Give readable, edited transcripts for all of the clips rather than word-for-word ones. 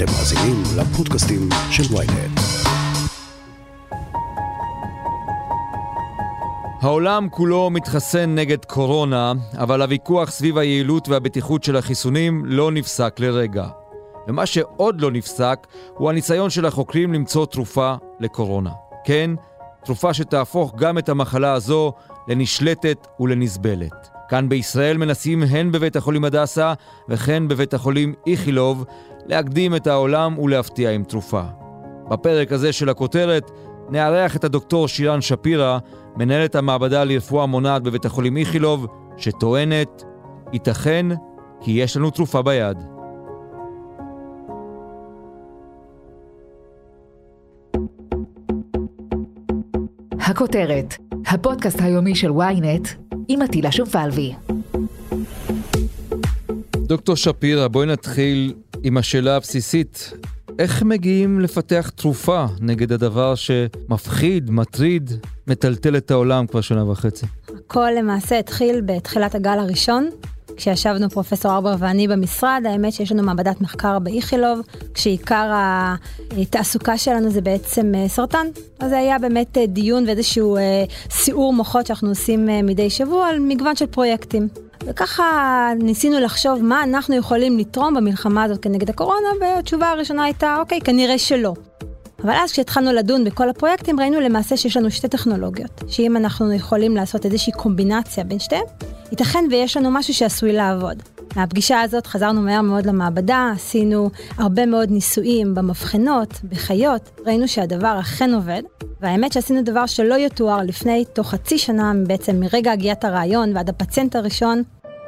אתם מאזינים לפודקאסטים של ynet. העולם כולו מתחסן נגד קורונה, אבל הוויכוח סביב היעילות והבטיחות של החיסונים לא נפסק לרגע. ומה שעוד לא נפסק הוא הניסיון של החוקרים למצוא תרופה לקורונה. כן, תרופה שתהפוך גם את המחלה הזו לנשלטת ולנסבלת. כאן בישראל מנסים הן בבית החולים הדסה וכן בבית החולים איכילוב להקדים את העולם ולהפתיע עם תרופה. בפרק הזה של הכותרת נארח את הדוקטור שירן שפירא, מנהלת המעבדה לרפואה מונעת בבית החולים איכילוב, שטוענת, ייתכן כי יש לנו תרופה ביד. הכותרת, הפודקאסט היומי של ynet, עם עטילה שומפלבי. דוקטור שפירא, בואי נתחיל עם השאלה הבסיסית. איך מגיעים לפתח תרופה נגד הדבר שמפחיד, מטריד, מטלטל את העולם כבר שנה וחצי? הכל למעשה התחיל בתחילת הגל הראשון, כשישבנו פרופסור ארבר ואני במשרד. האמת שיש לנו מעבדת מחקר באיכילוב, כשעיקר התעסוקה שלנו זה בעצם סרטן. אז זה היה באמת דיון ואיזשהו סיעור מוחות שאנחנו עושים מדי שבוע על מגוון של פרויקטים. וככה ניסינו לחשוב מה אנחנו יכולים לתרום במלחמה הזאת כנגד הקורונה, והתשובה הראשונה הייתה, אוקיי, כנראה שלא. אבל אז כשהתחלנו לדון בכל הפרויקטים, ראינו למעשה שיש לנו שתי טכנולוגיות, שאם אנחנו יכולים לעשות איזושהי קומבינציה בין שתיהם, ייתכן ויש לנו משהו שעשוי לעבוד. מהפגישה הזאת חזרנו מהר מאוד למעבדה, עשינו הרבה מאוד ניסויים במבחנות, בחיות, ראינו שהדבר אכן עובד, והאמת שעשינו דבר שלא יתואר לפני תוך חצי שנה, בעצם מרגע הגיעת הרעיון ועד הפציינט הראשון.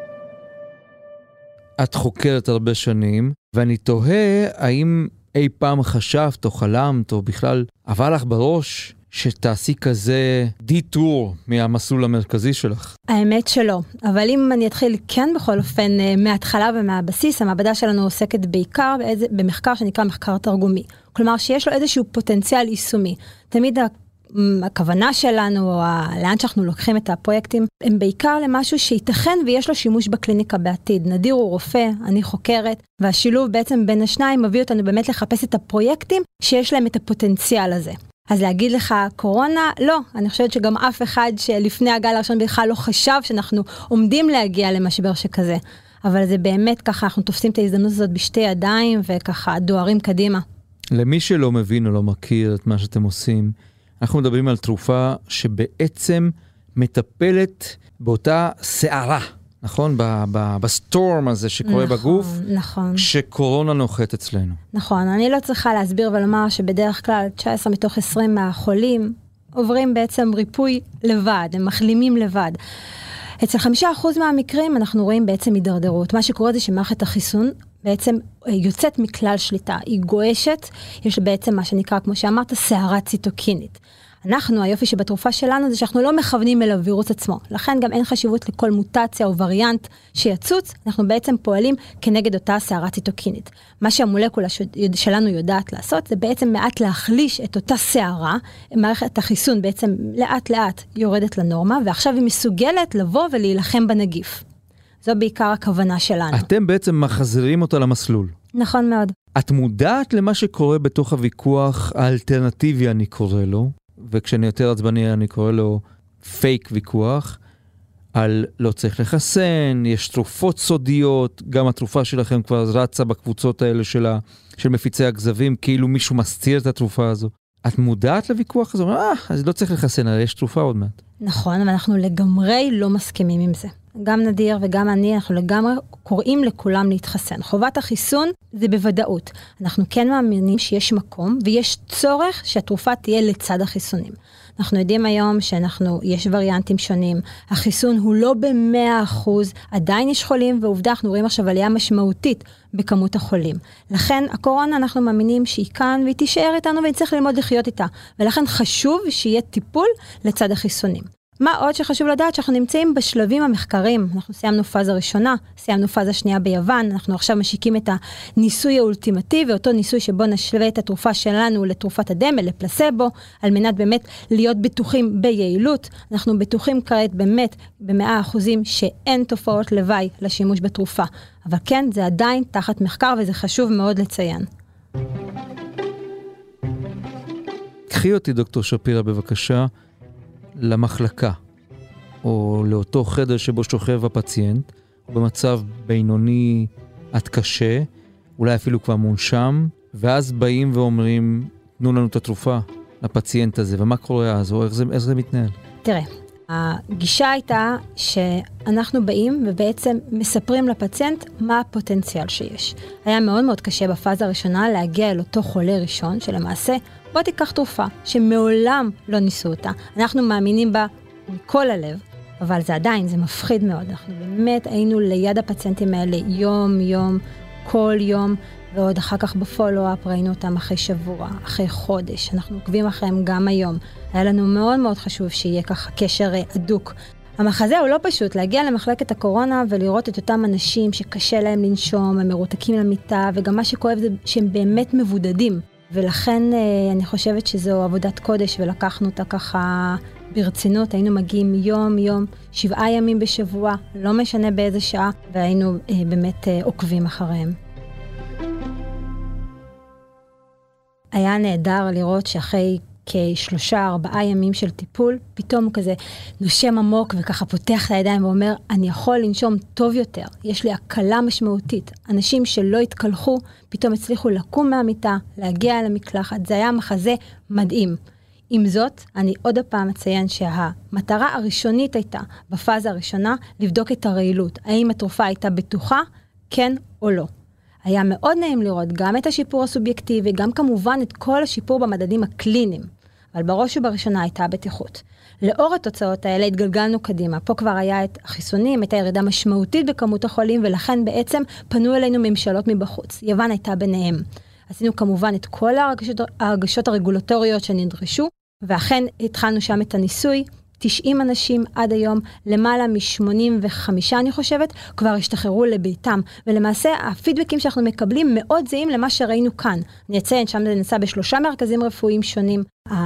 את חוקרת הרבה שנים, ואני תוהה האם אי פעם חשבת או חלמת או בכלל עבר לך בראש שתעשי כזה דיטור מהמסלול המרכזי שלך? האמת שלא, אבל אם אני אתחיל כן בכל אופן מההתחלה ומהבסיס, המעבדה שלנו עוסקת בעיקר במחקר שנקרא מחקר תרגומי. כלומר שיש לו איזשהו פוטנציאל יישומי. תמיד הכוונה שלנו, או לאן שאנחנו לוקחים את הפרויקטים, הם בעיקר למשהו שייתכן ויש לו שימוש בקליניקה בעתיד. נדיר הוא רופא, אני חוקרת, והשילוב בעצם בין השניים מביא אותנו באמת לחפש את הפרויקטים שיש להם את הפוטנציאל הזה. אז להגיד לך קורונה, לא. אני חושבת שגם אף אחד שלפני הגל הראשון בכלל לא חשב שאנחנו עומדים להגיע למשבר שכזה. אבל זה באמת ככה, אנחנו תופסים את ההזדמנות הזאת בשתי ידיים, וככה דוהרים קדימה. למי שלא מבין או לא מכיר את מה שאתם עושים, אנחנו מדברים על תרופה שבעצם מטפלת באותה שערה, נכון? בסטורם הזה שקורה נכון, בגוף, נכון. שקורונה נוחת אצלנו. נכון, אני לא צריכה להסביר ולומר שבדרך כלל 19 מתוך 20 מהחולים עוברים בעצם ריפוי לבד, הם מחלימים לבד. אצל 5% מהמקרים אנחנו רואים בעצם הידרדרות. מה שקורה זה שמערכת החיסון בעצם יוצאת מכלל שליטה, היא גועשת, יש בעצם מה שנקרא, כמו שאמרת, שערה ציטוקינית. אנחנו, היופי שבתרופה שלנו זה שאנחנו לא מכוונים אל הווירוס עצמו, לכן גם אין חשיבות לכל מוטציה או וריאנט שיצוץ, אנחנו בעצם פועלים כנגד אותה שערה ציטוקינית. מה שהמולקולה שלנו יודעת לעשות, זה בעצם מעט להחליש את אותה שערה, מערכת החיסון בעצם לאט לאט יורדת לנורמה, ועכשיו היא מסוגלת לבוא ולהילחם בנגיף. זו בעיקר הכוונה שלנו. אתם בעצם מחזירים אותה למסלול. נכון מאוד. את מודעת למה שקורה בתוך הוויכוח האלטרנטיבי, אני קורא לו, וכשאני יותר עצבני אני קורא לו פייק ויכוח, על לא צריך לחסן, יש תרופות סודיות, גם התרופה שלכם כבר רצה בקבוצות האלה של מפיצי הכזבים, כאילו מישהו מסתיר את התרופה הזו. את מודעת לוויכוח הזה? אז לא צריך לחסן, הרי יש תרופה עוד מעט. נכון, אבל אנחנו לגמרי לא מסכימים עם זה. גם נדיר וגם אני, אנחנו לגמרי קוראים לכולם להתחסן. חובת החיסון זה בוודאות. אנחנו כן מאמינים שיש מקום ויש צורך שהתרופה תהיה לצד החיסונים. אנחנו יודעים היום יש וריאנטים שונים, החיסון הוא לא ב100%, עדיין יש חולים, ועובדה אנחנו רואים עכשיו עלייה משמעותית בכמות החולים. לכן הקורונה אנחנו מאמינים שהיא כאן והיא תישאר איתנו ונצטרך ללמוד לחיות איתה, ולכן חשוב שיהיה טיפול לצד החיסונים. מה עוד שחשוב לדעת שאנחנו נמצאים בשלבים המחקרים, אנחנו סיימנו פאזה ראשונה, סיימנו פאזה שנייה ביוון, אנחנו עכשיו משיקים את הניסוי האולטימטיבי, אותו ניסוי שבו נשווה את התרופה שלנו לתרופת הדמה, לפלסבו, על מנת באמת להיות בטוחים ביעילות, אנחנו בטוחים כעת באמת ב100% שאין תופעות לוואי לשימוש בתרופה, אבל כן, זה עדיין תחת מחקר וזה חשוב מאוד לציין. קחי אותי, דוקטור שפירא, בבקשה, למחלקה, או לאותו חדר שבו שוכב הפציינט, במצב בינוני עד קשה, אולי אפילו כבר מונשם, ואז באים ואומרים, תנו לנו את התרופה לפציינט הזה, ומה קורה אז, או איך זה מתנהל? תראה, הגישה הייתה שאנחנו באים ובעצם מספרים לפציינט מה הפוטנציאל שיש. היה מאוד מאוד קשה בפאזה הראשונה להגיע אל אותו חולה ראשון, שלמעשה בוא תיקח תרופה שמעולם לא ניסו אותה. אנחנו מאמינים בה מכל הלב, אבל זה עדיין, זה מפחיד מאוד. אנחנו באמת היינו ליד הפציינטים האלה יום יום, כל יום, ועוד אחר כך בפולו-אפ ראינו אותם אחרי שבוע, אחרי חודש. אנחנו עוקבים אחריהם גם היום. היה לנו מאוד מאוד חשוב שיהיה ככה קשר הדוק. המחזה הוא לא פשוט, להגיע למחלקת הקורונה ולראות את אותם אנשים שקשה להם לנשום, הם מרותקים למיטה, וגם מה שכואב זה שהם באמת מבודדים. ולכן אני חושבת שזו עבודת קודש, ולקחנו אותה ככה ברצינות. היינו מגיעים יום יום, 7 ימים בשבוע, לא משנה באיזה שעה, והיינו באמת עוקבים אחריהם. היה נהדר לראות שאחרי כ3-4 ימים של טיפול, פתאום הוא כזה נושם עמוק וככה פותח את הידיים ואומר, אני יכול לנשום טוב יותר, יש לי הקלה משמעותית. אנשים שלא התקלחו, פתאום הצליחו לקום מהמיטה, להגיע אל המקלחת, זה היה מחזה מדהים. עם זאת, אני עוד הפעם אציין שהמטרה הראשונית הייתה, בפאזה הראשונה, לבדוק את הרעילות. האם התרופה הייתה בטוחה, כן או לא. היה מאוד נעים לראות גם את השיפור הסובייקטיבי, גם כמובן את כל השיפור במדדים הקליניים, אבל בראש ובראשונה הייתה הבטיחות. לאור התוצאות האלה התגלגלנו קדימה, פה כבר היה את החיסונים, הייתה ירידה משמעותית בכמות החולים, ולכן בעצם פנו אלינו ממשלות מבחוץ. יוון הייתה ביניהם. עשינו כמובן את כל ההרגשות הרגולטוריות שנדרשו, ואכן התחלנו שם את הניסוי, 90 אנשים עד היום, למעלה מ85 אני חושבת, כבר השתחררו לביתם, ולמעשה הפידבקים שאנחנו מקבלים מאוד זהים למה שראינו כאן. אני אציין, שם זה נעשה ב3 מרכזים רפואיים שונים.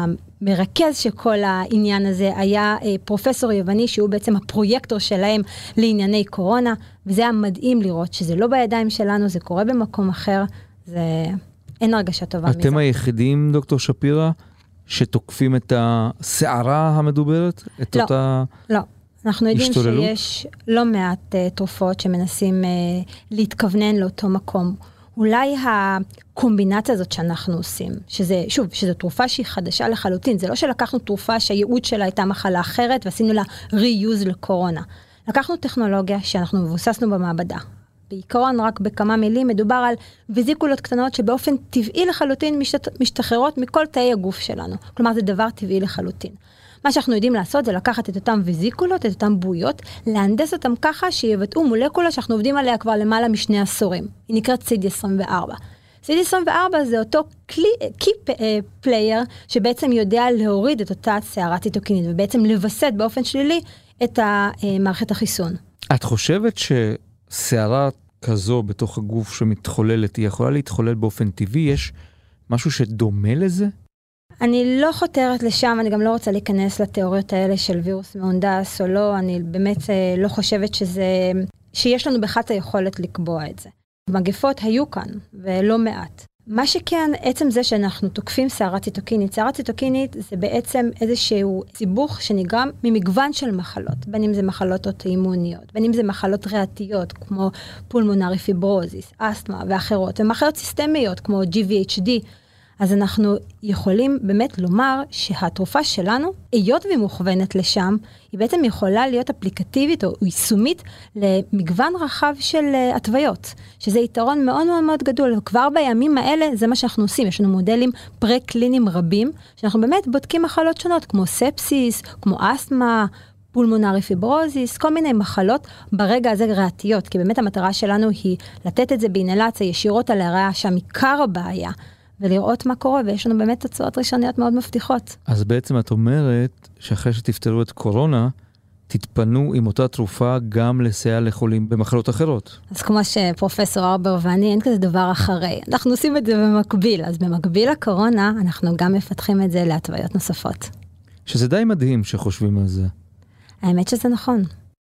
המרכז של כל העניין הזה היה פרופסור יווני, שהוא בעצם הפרויקטור שלהם לענייני קורונה, וזה היה מדהים לראות שזה לא בידיים שלנו, זה קורה במקום אחר, זה אין הרגשה טובה מזה. אתם היחידים, דוקטור שפירא, שתוקפים את הסערה המדוברת? לא. אנחנו יודעים שיש לא מעט תרופות שמנסים להתכוונן לאותו מקום. אולי הקומבינציה הזאת שאנחנו עושים, שזו תרופה שהיא חדשה לחלוטין, זה לא שלקחנו תרופה שהייעוד שלה הייתה מחלה אחרת, ועשינו לה ריוז לקורונה. לקחנו טכנולוגיה שאנחנו מבוססנו במעבדה. בעיקרון, רק בכמה מילים, מדובר על ויזיקולות קטנות שבאופן טבעי לחלוטין משתחררות מכל תאי הגוף שלנו. כלומר, זה דבר טבעי לחלוטין. מה שאנחנו יודעים לעשות זה לקחת את אותם ויזיקולות, את אותם בויות, להנדס אותם ככה שיבטאו מולקולה שאנחנו עובדים עליה כבר למעלה מ2 עשורים. היא נקראת CD24. CD24 זה אותו key player שבעצם יודע להוריד את אותה סערה ציטוקינית, ובעצם לבסט באופן שלילי את מערכת החיסון. את חושבת סערה כזו בתוך הגוף שמתחוללת, היא יכולה להתחולל באופן טבעי? יש משהו שדומה לזה? אני לא חותרת לשם, אני גם לא רוצה להיכנס לתיאוריות האלה של וירוס מהונדס או לא, אני באמת לא חושבת שיש לנו בכלל את היכולת לקבוע את זה. מגפות היו כאן, ולא מעט. מה שכן, עצם זה שאנחנו תוקפים סערה ציטוקינית, סערה ציטוקינית זה בעצם איזשהו סיבוך שנגרם ממגוון של מחלות, בין אם זה מחלות אוטואימוניות, בין אם זה מחלות ריאתיות, כמו פולמונרי פיברוזיס, אסתמה ואחרות, ומחלות סיסטמיות, כמו GVHD, אז אנחנו יכולים באמת לומר שהתרופה שלנו, היות והיא מוכוונת לשם, היא בעצם יכולה להיות אפליקטיבית או יישומית למגוון רחב של התוויות, שזה יתרון מאוד מאוד מאוד גדול. כבר בימים האלה זה מה שאנחנו עושים, יש לנו מודלים פרה-קליניים רבים, שאנחנו באמת בודקים מחלות שונות, כמו ספסיס, כמו אסתמה, פולמונרי פיברוזיס, כל מיני מחלות ברגע הזה ריאתיות, כי באמת המטרה שלנו היא לתת את זה באינהלציה ישירות על הריאה שם עיקר הבעיה, ולראות מה קורה, ויש לנו באמת תוצאות ראשוניות מאוד מבטיחות. אז בעצם את אומרת שאחרי שתפתרו את קורונה, תתפנו עם אותה תרופה גם לסייע לחולים במחלות אחרות. אז כמו שפרופסור ארבר ואני, אין כזה דבר אחרי. אנחנו עושים את זה במקביל, אז במקביל לקורונה, אנחנו גם מפתחים את זה להתוויות נוספות. שזה די מדהים שחושבים על זה. האמת שזה נכון.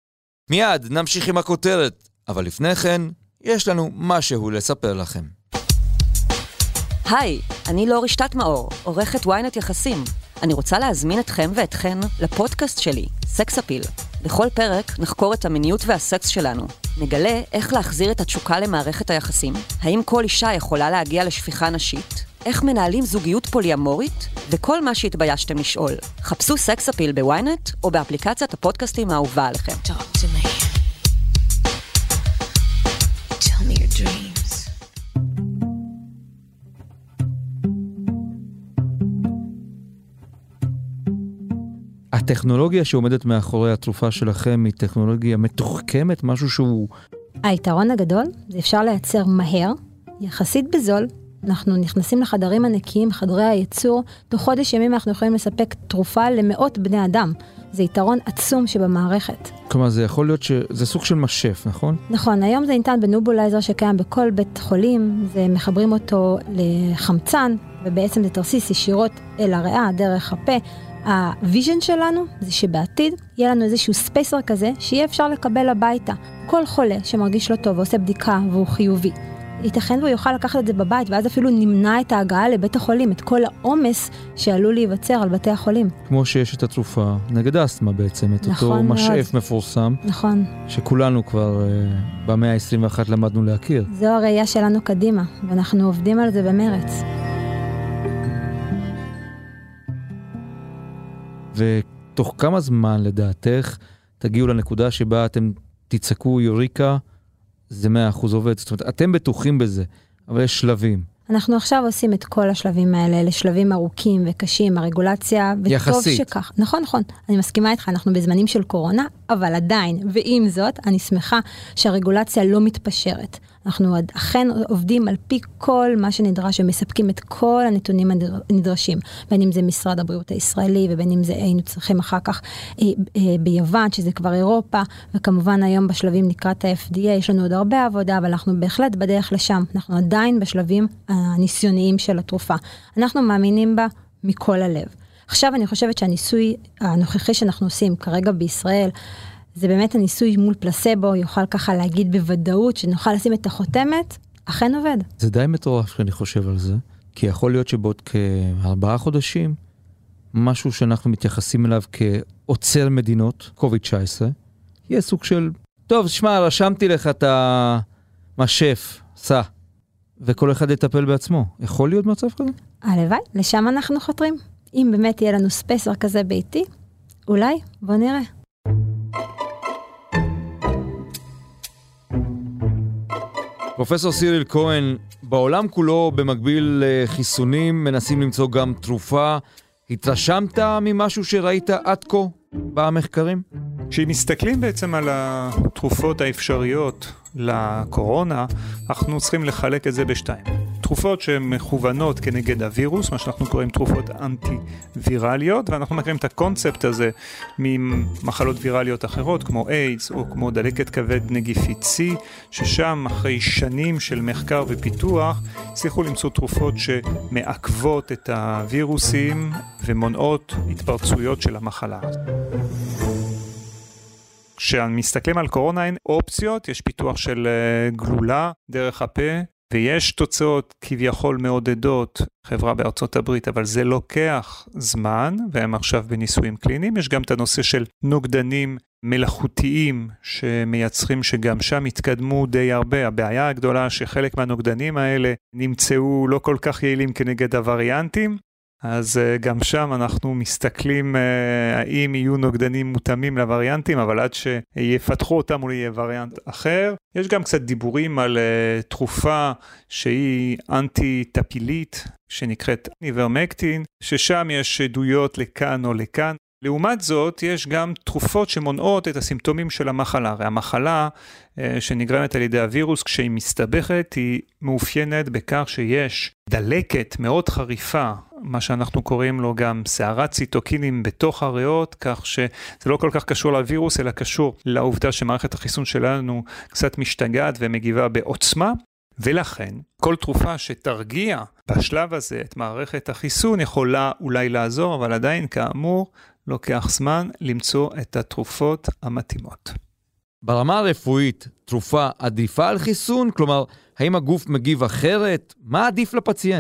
מיד נמשיך עם הכותרת, אבל לפני כן, יש לנו משהו לספר לכם. היי, אני לא רשתת מאור, עורכת ynet יחסים. אני רוצה להזמין אתכם ואתכן לפודקאסט שלי, סקס אפיל. בכל פרק נחקור את המיניות והסקס שלנו. נגלה איך להחזיר את התשוקה למערכת היחסים, האם כל אישה יכולה להגיע לשפיכה נשית, איך מנהלים זוגיות פוליאמורית, וכל מה שהתביישתם לשאול. חפשו סקס אפיל בוויינט או באפליקציית הפודקאסטים האהובה עליכם. Talk to me. Tell me your dreams. הטכנולוגיה שעומדת מאחורי התרופה שלכם היא טכנולוגיה מתוחכמת, משהו שהוא... היתרון הגדול זה אפשר לייצר מהר, יחסית בזול. אנחנו נכנסים לחדרים הנקיים, חדרי הייצור, תוך חודש ימים אנחנו יכולים לספק תרופה למאות בני אדם. זה יתרון עצום שבמערכת. כלומר, זה יכול להיות שזה סוג של משף, נכון? נכון, היום זה ניתן בנובולייזר שקיים בכל בית חולים, זה מחברים אותו לחמצן, ובעצם זה תרסיס ישירות אל הריאה, דרך הפה. הוויז'ן שלנו זה שבעתיד יהיה לנו איזשהו ספייסר כזה שיהיה אפשר לקבל הביתה. כל חולה שמרגיש לא טוב ועושה בדיקה והוא חיובי, ייתכן והוא יוכל לקחת את זה בבית, ואז אפילו נמנע את ההגעה לבית החולים, את כל העומס שעלול להיווצר על בתי החולים. כמו שיש את התרופה נגד אסתמה בעצם, את נכון אותו מאוד. משאף מפורסם. נכון. שכולנו כבר במאה ה-21 למדנו להכיר. זו הראייה שלנו קדימה, ואנחנו עובדים על זה במרץ. ותוך כמה זמן לדעתך תגיעו לנקודה שבה אתם תצעקו יוריקה, זה 100% עובד. זאת אומרת, אתם בטוחים בזה, אבל יש שלבים. אנחנו עכשיו עושים את כל השלבים האלה, לשלבים ארוכים וקשים, הרגולציה, וטוב יחסית. שכך. נכון, נכון, אני מסכימה איתך, אנחנו בזמנים של קורונה, אבל עדיין, ועם זאת, אני שמחה שהרגולציה לא מתפשרת. אנחנו אכן עובדים על פי כל מה שנדרש, ומספקים את כל הנתונים הנדרשים, בין אם זה משרד הבריאות הישראלי, ובין אם זה היינו צריכים אחר כך ביוון, שזה כבר אירופה, וכמובן היום בשלבים לקראת ה-FDA, יש לנו עוד הרבה עבודה, אבל אנחנו בהחלט בדרך לשם. אנחנו עדיין בשלבים הניסיוניים של התרופה. אנחנו מאמינים בה מכל הלב. עכשיו אני חושבת שהניסוי הנוכחי שאנחנו עושים כרגע בישראל, זה באמת הניסוי מול פלסבו, יוכל ככה להגיד בוודאות שנוכל לשים את החותמת, אכן עובד. זה די מטורף שאני חושב על זה, כי יכול להיות שבעוד כ4 חודשים, משהו שאנחנו מתייחסים אליו כעוצר מדינות, COVID-19, יהיה סוג של, טוב, שמע, רשמתי לך את המשף, סע, וכל אחד יטפל בעצמו. יכול להיות מצב כזה? הלוואי, לשם אנחנו חותרים. אם באמת יהיה לנו ספייסר כזה ביתי, אולי, בוא נראה. פרופסור סיריל כהן, בעולם כולו במקביל לחיסונים מנסים למצוא גם תרופה. התרשמת ממשהו שראית עד כה במחקרים? כשמסתכלים בעצם על התרופות האפשריות לקורונה, אנחנו צריכים לחלק את זה בשתיים. תרופות שהן מכוונות כנגד הווירוס, מה שאנחנו קוראים תרופות אנטי-וירליות, ואנחנו מכירים את הקונספט הזה ממחלות וירליות אחרות, כמו איידס או כמו דלקת כבד נגיפית C, ששם אחרי שנים של מחקר ופיתוח, הצליחו למצוא תרופות שמעכבות את הווירוסים ומונעות התפרצויות של המחלה. כשמסתכלים על קורונה אין אופציות, יש פיתוח של גלולה דרך הפה, ויש תוצאות כביכול מעודדות, חברה בארצות הברית, אבל זה לוקח זמן, והם עכשיו בניסויים קליניים. יש גם את הנושא של נוגדנים מלאכותיים שמייצרים שגם שם התקדמו די הרבה. הבעיה הגדולה שחלק מהנוגדנים האלה נמצאו לא כל כך יעילים כנגד הווריאנטים, אז גם שם אנחנו מסתכלים האם יהיו נוגדנים מותאמים לווריאנטים, אבל עד שיפתחו אותם אולי יהיה וריאנט אחר. יש גם קצת דיבורים על תרופה שהיא אנטי-טפילית, שנקראת איברמקטין, ששם יש עדויות לכאן או לכאן. לעומת זאת, יש גם תרופות שמונעות את הסימפטומים של המחלה. הרי המחלה שנגרמת על ידי הווירוס, כשהיא מסתבכת, היא מאופיינת בכך שיש דלקת מאוד חריפה, מה שאנחנו קוראים לו גם סערת ציטוקינים בתוך הריאות, כך שזה לא כל כך קשור לווירוס, אלא קשור לעובדה שמערכת החיסון שלנו קצת משתגעת ומגיבה בעוצמה, ולכן כל תרופה שתרגיע בשלב הזה את מערכת החיסון יכולה אולי לעזור, אבל עדיין כאמור לוקח זמן למצוא את התרופות המתאימות. ברמה הרפואית, תרופה עדיפה על חיסון? כלומר, האם הגוף מגיב אחרת? מה עדיף לפציינט?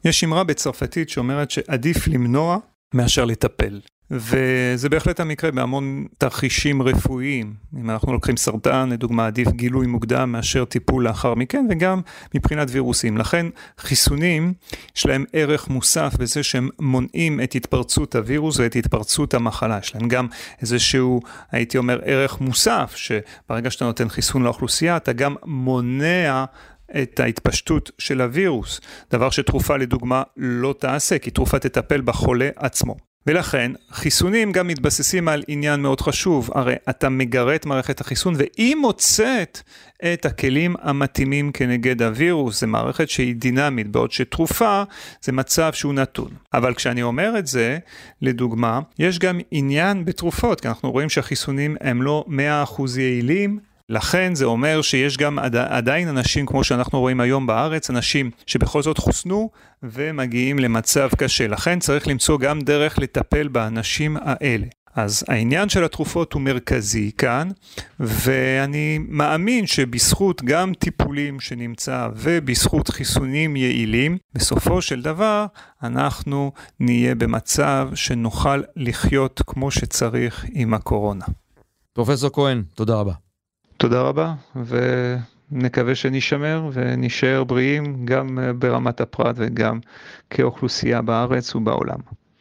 יש אמרה בצרפתית שאומרת שעדיף למנוע מאשר לטפל. וזה בהחלט המקרה בהמון תרחישים רפואיים. אם אנחנו לוקחים סרטן, לדוגמה, עדיף גילוי מוקדם מאשר טיפול לאחר מכן, וגם מבחינת וירוסים. לכן חיסונים יש להם ערך מוסף בזה שהם מונעים את התפרצות הווירוס ואת התפרצות המחלה. יש להם גם איזשהו, הייתי אומר, ערך מוסף, שברגע שאתה נותן חיסון לאוכלוסייה, אתה גם מונע את ההתפשטות של הווירוס. דבר שתרופה לדוגמה לא תעשה, כי תרופה תטפל בחולה עצמו. ולכן, חיסונים גם מתבססים על עניין מאוד חשוב. הרי אתה מגרה את מערכת החיסון, והיא מוצאת את הכלים המתאימים כנגד הווירוס. זה מערכת שהיא דינמית, בעוד שתרופה זה מצב שהוא נתון. אבל כשאני אומר את זה, לדוגמה, יש גם עניין בתרופות, כי אנחנו רואים שהחיסונים הם לא 100% יעילים, לכן זה אומר שיש גם עדיין אנשים, כמו שאנחנו רואים היום בארץ, אנשים שבכל זאת חוסנו ומגיעים למצב קשה. לכן צריך למצוא גם דרך לטפל באנשים האלה. אז העניין של התרופות הוא מרכזי כאן, ואני מאמין שבזכות גם טיפולים שנמצא ובזכות חיסונים יעילים, בסופו של דבר אנחנו נהיה במצב שנוכל לחיות כמו שצריך עם הקורונה. פרופסור כהן, תודה רבה. תודה רבה, ונקווה שנשמר ונשאר בריאים גם ברמת הפרט וגם כאוכלוסייה בארץ ובעולם.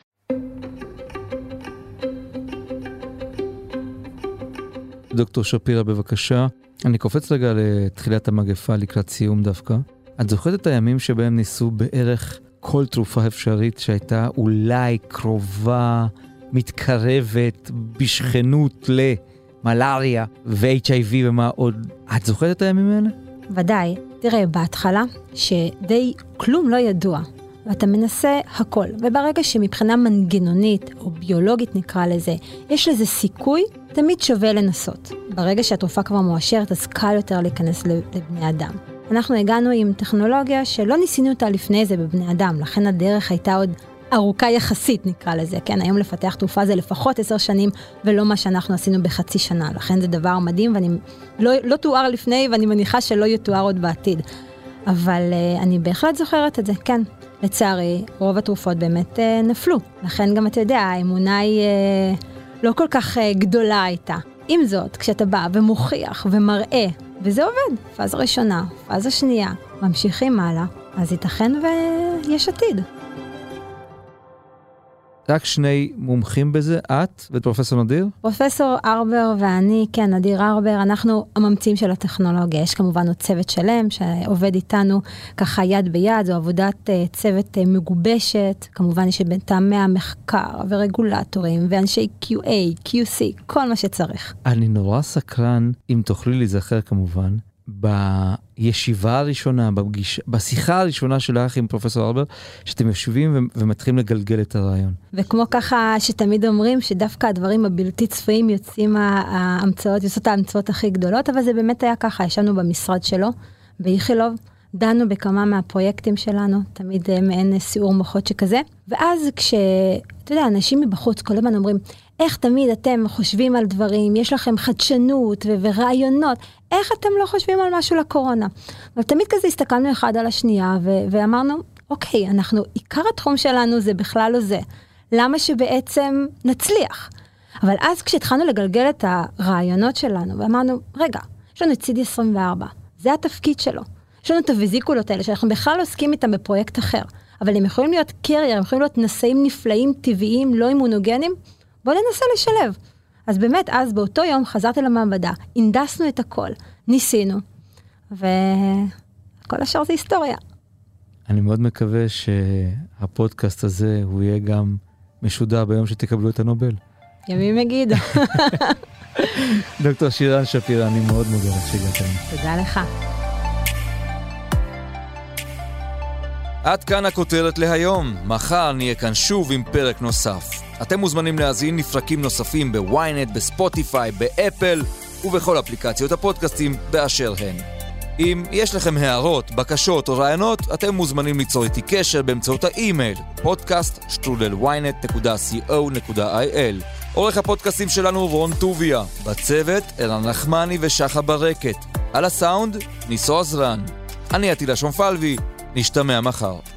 דוקטור שפירא, בבקשה. אני קופץ רגע לתחילת המגפה לקראת סיום דווקא. את זוכרת את הימים שבהם ניסו בערך כל תרופה אפשרית שהייתה אולי קרובה, מתקרבת, בשכנות מלאריה ו-HIV ומה עוד. את זוכרת את הימים האלה? ודאי. תראה, בהתחלה, שדי כלום לא ידוע, ואתה מנסה הכל. וברגע שמבחינה מנגנונית או ביולוגית נקרא לזה, יש לזה סיכוי, תמיד שווה לנסות. ברגע שהתרופה כבר מואשרת, אז קל יותר להיכנס לבני אדם. אנחנו הגענו עם טכנולוגיה שלא ניסינו אותה לפני זה בבני אדם, לכן הדרך הייתה עוד ארוכה יחסית נקרא לזה, כן, היום לפתח תרופה זה לפחות 10 שנים, ולא מה שאנחנו עשינו בחצי שנה, לכן זה דבר מדהים, ואני לא תואר לפני, ואני מניחה שלא יתואר עוד בעתיד, אבל אני בהחלט זוכרת את זה, כן, לצערי, רוב התרופות באמת נפלו, לכן גם אתה יודע, האמונה היא לא כל כך גדולה הייתה, עם זאת, כשאתה בא ומוכיח ומראה, וזה עובד, פאזה ראשונה, פאזה שנייה, ממשיכים הלאה, אז ייתכן ויש עתיד. רק שני מומחים בזה, את ופרופסור נדיר? פרופסור ארבר ואני, כן, נדיר ארבר, אנחנו הממציאים של הטכנולוגיה. יש כמובן עוד צוות שלם שעובד איתנו ככה יד ביד, זו עבודת צוות מגובשת, כמובן יש בטעמי המחקר ורגולטורים ואנשי QA, QC, כל מה שצריך. אני נורא סקרן, אם תוכלי להיזכר כמובן, בישיבה הראשונה, בשיחה הראשונה שלך עם פרופסור ארבר, שאתם יושבים ומתחילים לגלגל את הרעיון. וכמו ככה שתמיד אומרים שדווקא הדברים הבלתי צפויים יוצאים ההמצאות, יוצאות ההמצאות הכי גדולות, אבל זה באמת היה ככה, ישבנו במשרד שלו, באיכילוב, דנו בכמה מהפרויקטים שלנו, תמיד מעין סיעור מוחות שכזה, ואז אתה יודע, אנשים מבחוץ כל הזמן אומרים, איך תמיד אתם חושבים על דברים, יש לכם חדשנות ורעיונות, איך אתם לא חושבים על משהו לקורונה? אבל תמיד כזה הסתכלנו אחד על השנייה ואמרנו, אוקיי, עיקר התחום שלנו זה בכלל לא זה. למה שבעצם נצליח? אבל אז כשהתחלנו לגלגל את הרעיונות שלנו, ואמרנו, רגע, יש לנו את צידי 24, זה התפקיד שלו. יש לנו את הוויזיקולות האלה, שאנחנו בכלל לא עוסקים איתם בפרויקט אחר, אבל הם יכולים להיות קרייר, הם יכולים להיות נשאים נפלאים, טבעיים, לא אימונוגנים, בואו ננסה לשלב. אז באמת, אז באותו יום חזרתי למעבדה, הנדסנו את הכל, ניסינו, וכל השאר זה היסטוריה. אני מאוד מקווה שהפודקאסט הזה הוא יהיה גם משודר ביום שתקבלו את הנובל. ימים יגיד. דוקטור שירן שפירא, אני מאוד מודה לך שהגעתם. תודה לך. עד כאן הכותרת להיום. מחר נהיה כאן שוב עם פרק נוסף. אתם מוזמנים להזין לפרקים נוספים בוויינט, בספוטיפיי, באפל ובכל אפליקציות הפודקאסטים באשר הן. אם יש לכם הערות, בקשות או רעיונות, אתם מוזמנים ליצור איתי קשר באמצעות האימייל podcast@ynet.co.il. עורך הפודקאסטים שלנו רון טוביה, בצוות ערן נחמני ושחה ברקת, על הסאונד ניסו עזרן. אני עטילה שומפלבי, נשתמע מחר.